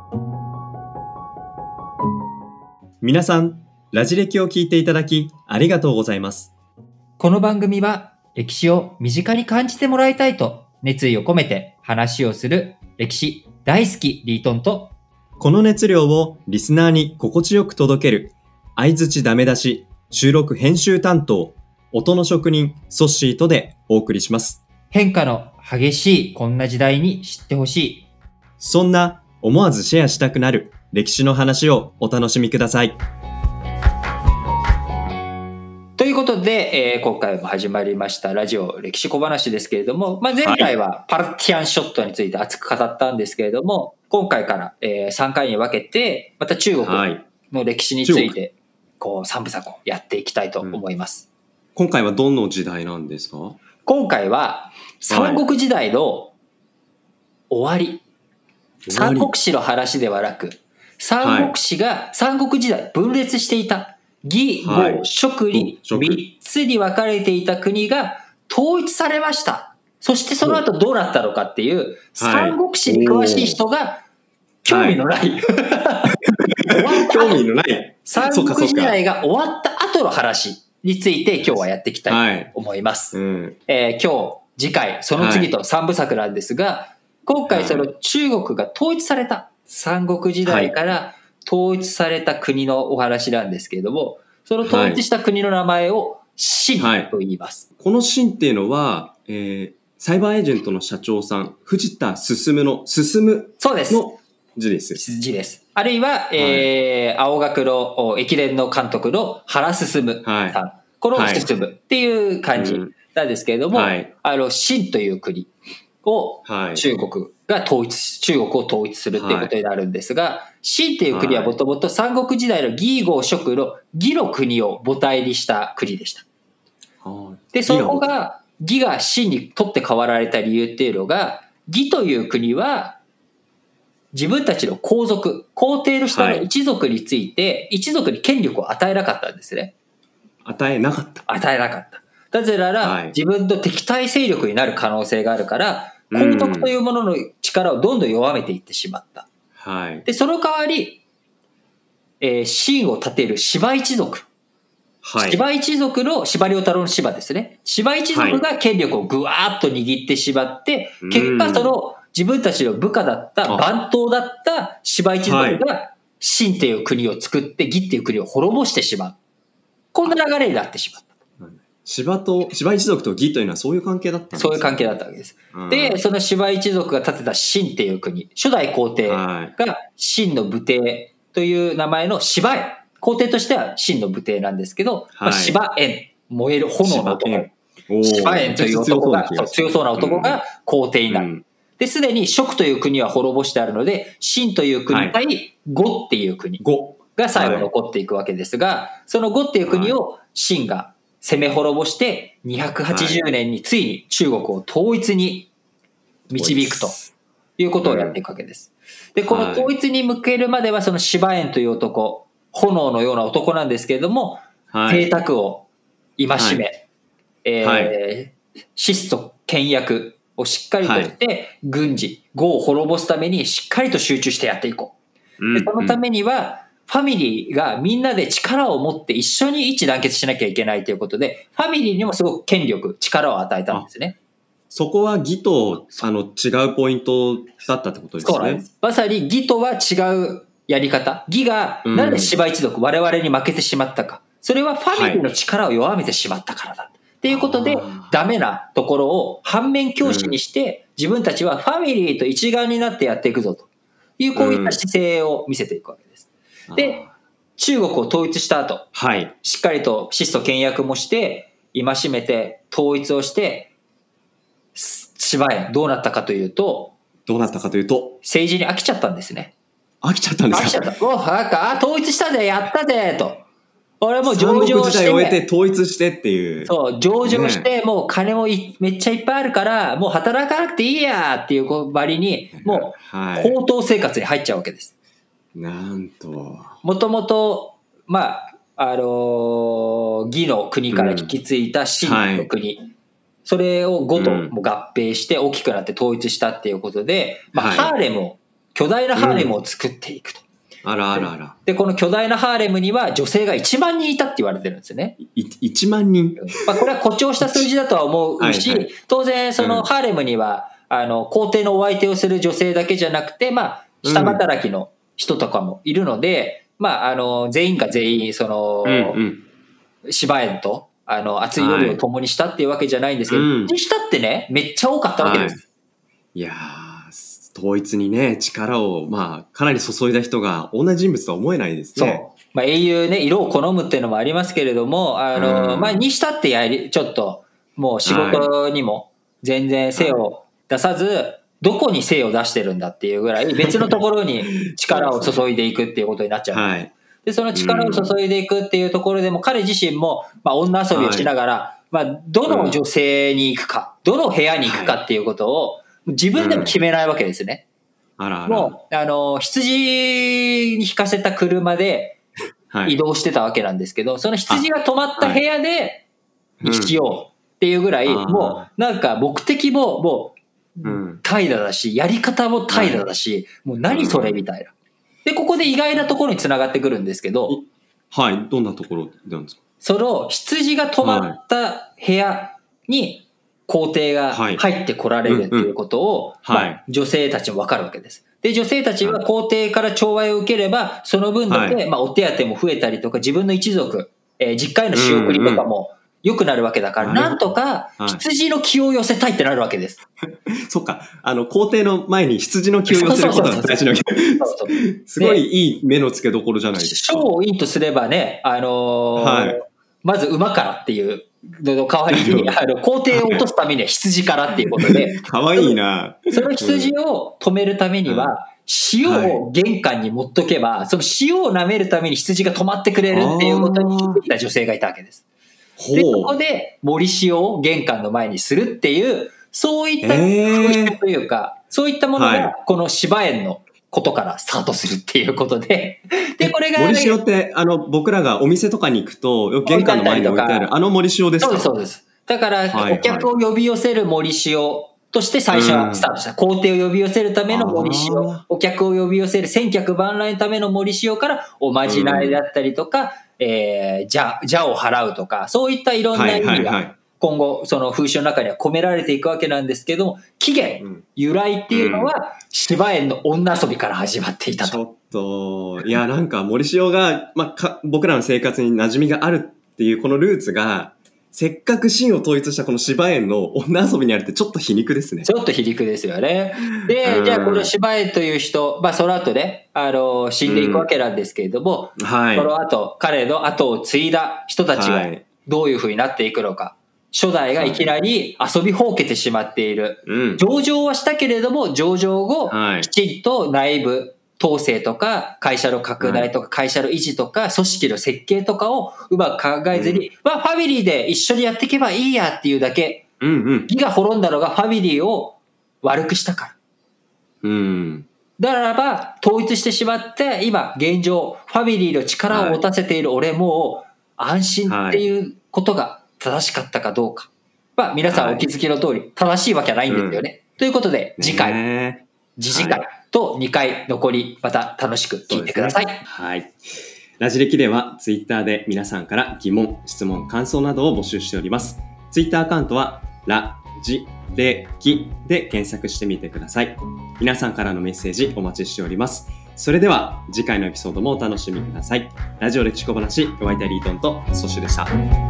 皆さん、ラジ歴を聞いていただきありがとうございます。 この番組は歴史を身近に感じてもらいたいと熱意を込めて話をする歴史大好きリートンと、 この熱量をリスナーに心地よく届ける相槌ダメ出し収録編集担当音の職人ソッシーとでお送りします。 変化の激しいこんな時代に知ってほしい、 そんな思わずシェアしたくなる歴史の話をお楽しみください。 ということで、今回も始まりましたラジオ歴史小話ですけれども、前回はパルティアンショットについて熱く語ったんですけれども、今回から、3回に分けてまた中国の歴史についてこう3部作をやっていきたいと思います。 今回はどの時代なんですか？ 今回は三国時代の終わり、三国志の話ではなく、三国志が三国時代分裂していた魏、呉、蜀、李3つに分かれていた国が統一されました。そしてその後どうなったのかっていう三国志に詳しい人が興味のない、 興味のない三国時代が終わった後の話について今日はやっていきたいと思います。今日次回その次と3部作なんですが、今回その中国が統一された三国時代から統一された国のお話なんですけれども、その統一した国の名前を秦と言います。 この秦っていうのは、サイバーエージェントの社長さん藤田進の進の字です。 字です。あるいは、青学の駅伝の監督の原進さん、この進っていう漢字なんですけれども、秦という国を中国を統一するっていうことになるんですが、秦っていう国はもともと三国時代の魏呉蜀の魏の国を母体にした国でした。で、そこが魏が秦に取って代わられた理由っていうのが、魏という国は自分たちの皇族、皇帝の下の一族について、一族に権力を与えなかったんですね。 与えなかった。 なぜなら、自分と敵対勢力になる可能性があるから、皇族というものの力をどんどん弱めていってしまった。で、その代わり、秦を立てる柴一族。柴一族の司馬遼太郎の柴ですね。柴一族が権力をぐわーっと握ってしまって、結果その自分たちの部下だった、番頭だった柴一族が秦っていう国を作って魏っていう国を滅ぼしてしまう。こんな流れになってしまった。 柴一族と魏というのはそういう関係だったんですか？ そういう関係だったわけです。で、その柴一族が建てた秦っていう国、初代皇帝が秦の武帝という名前の柴園。皇帝としては秦の武帝なんですけど、柴園、燃える炎の男。柴園という男が、強そうな男が皇帝になる。で、すでに蜀という国は滅ぼしてあるので、秦という国対呉っていう国が最後残っていくわけですが、その呉っていう国を秦が攻め滅ぼして280年についに中国を統一に導くということをやっていくわけです。で、この統一に向けるまではその柴園という男、炎のような男なんですけれども、邸宅を戒め、質素倹約をしっかりとして軍事、呉を滅ぼすためにしっかりと集中してやっていこう。で、そのためにはファミリーがみんなで力を持って一緒に一致団結しなきゃいけないということで、ファミリーにもすごく権力、力を与えたんですね。 そこは魏と違うポイントだったってことですね。 そうなんです。まさに魏とは違うやり方。魏がなんで柴一族、我々に負けてしまったか。それはファミリーの力を弱めてしまったからだ。っていうことで、ダメなところを反面教師にして、自分たちはファミリーと一丸になってやっていくぞという、こういった姿勢を見せていくわけです。で、中国を統一した後、しっかりと質素倹約もして、戒めて、統一をして、柴園どうなったかというと、政治に飽きちゃったんですね。 飽きちゃったんですか？ 飽きちゃった。なんか、統一したぜ、やったぜ、と。俺もう上場して。三国時代を終えて統一してっていう。 そう、上場して、もう金もめっちゃいっぱいあるから、もう働かなくていいやっていうばりに、もう、高等生活に入っちゃうわけです。 なんと。 もともと、魏の国から引き継いだ秦の国。それを呉とも合併して大きくなって統一したっていうことで、ハーレムを巨大なハーレムを作っていくと。 あらあらあら。 で、この巨大なハーレムには女性が1万人いたって言われてるんですよね。 1万人。 これは誇張した数字だとは思うし、はいはい、当然そのハーレムには、皇帝のお相手をする女性だけじゃなくて、下働きの人とかもいるので、全員が全員、芝園と、熱い夜を共にしたっていうわけじゃないんですけど、にしたってね、めっちゃ多かったわけです。 はい、いやー、統一にね、力を、かなり注いだ人が同じ人物とは思えないですね。 そう。英雄ね、色を好むっていうのもありますけれども、にしたってちょっと、もう仕事にも全然精を出さず、どこに精を出してるんだっていうぐらい、別のところに力を注いでいくっていうことになっちゃう。はい。で、その力を注いでいくっていうところでも、彼自身も、女遊びをしながら、どの女性に行くか、どの部屋に行くかっていうことを、自分でも決めないわけですね。もう、羊に引かせた車で移動してたわけなんですけど、その羊が泊まった部屋でしようっていうぐらい、もう、なんか目的も、もう、怠惰だし、やり方も怠惰だし、もう何それみたいな。で、ここで意外なところに繋がってくるんですけど。 はい。どんなところなんですか？ その羊が泊まった部屋に皇帝が入ってこられるっていうことを、女性たちも分かるわけです。で、女性たちは皇帝から寵愛を受ければ、その分だけ、お手当も増えたりとか、自分の一族、実家への仕送りとかも良くなるわけだから、なんとか羊の気を寄せたいってなるわけです。 そっか。皇帝の前に羊の気を寄せることが大事なわけ。すごいいい目の付けどころじゃないですか。 賞を陰とすればね、まず馬からっていうの代わりに、皇帝を落とすためには羊からっていうことで。 かわいいな。 その羊を止めるためには、塩を玄関に持っとけば、その塩を舐めるために羊が止まってくれるっていうことに気づいた女性がいたわけです。で、そこで森塩を玄関の前にするっていう、そういった風習というか、そういったものがこの芝園のことからスタートするっていうことで、で、これが、 森塩って、僕らがお店とかに行くと、玄関の前に置いてある、森塩ですか？ そうです。だから、お客を呼び寄せる森塩として最初はスタートした。皇帝を呼び寄せるための森塩、お客を呼び寄せる千客万来のための森塩から、おまじないだったりとか、邪を払うとか、そういったいろんな意味が、今後、その風習の中には込められていくわけなんですけども、起源、由来っていうのは、芝園の女遊びから始まっていたと。 ちょっと、いや、なんか森塩が、僕らの生活に馴染みがあるっていうこのルーツが、せっかく真を統一したこの芝園の女遊びにあるってちょっと皮肉ですね。 ちょっと皮肉ですよね。で、じゃあこの芝園という人、その後ね、死んでいくわけなんですけれども、その後、彼の後を継いだ人たちがどういう風になっていくのか。初代がいきなり遊びほうけてしまっている。上場はしたけれども、上場後、きちんと内部統制とか、会社の拡大とか、会社の維持とか、組織の設計とかをうまく考えずに、ファミリーで一緒にやっていけばいいやっていうだけ、義が滅んだのがファミリーを悪くしたから。だからば、統一してしまって、今、現状、ファミリーの力を持たせている俺も、安心っていうことが、正しかったかどうか。皆さんお気づきの通り、正しいわけはないんですよね。ということで、次回と2回残り、また楽しく聞いてください。 はい。ラジ歴では、ツイッターで皆さんから疑問、質問、感想などを募集しております。ツイッターアカウントは、ラジレキで検索してみてください。皆さんからのメッセージお待ちしております。それでは、次回のエピソードもお楽しみください。ラジオ歴史小話、お相手はリートンとソッシュでした。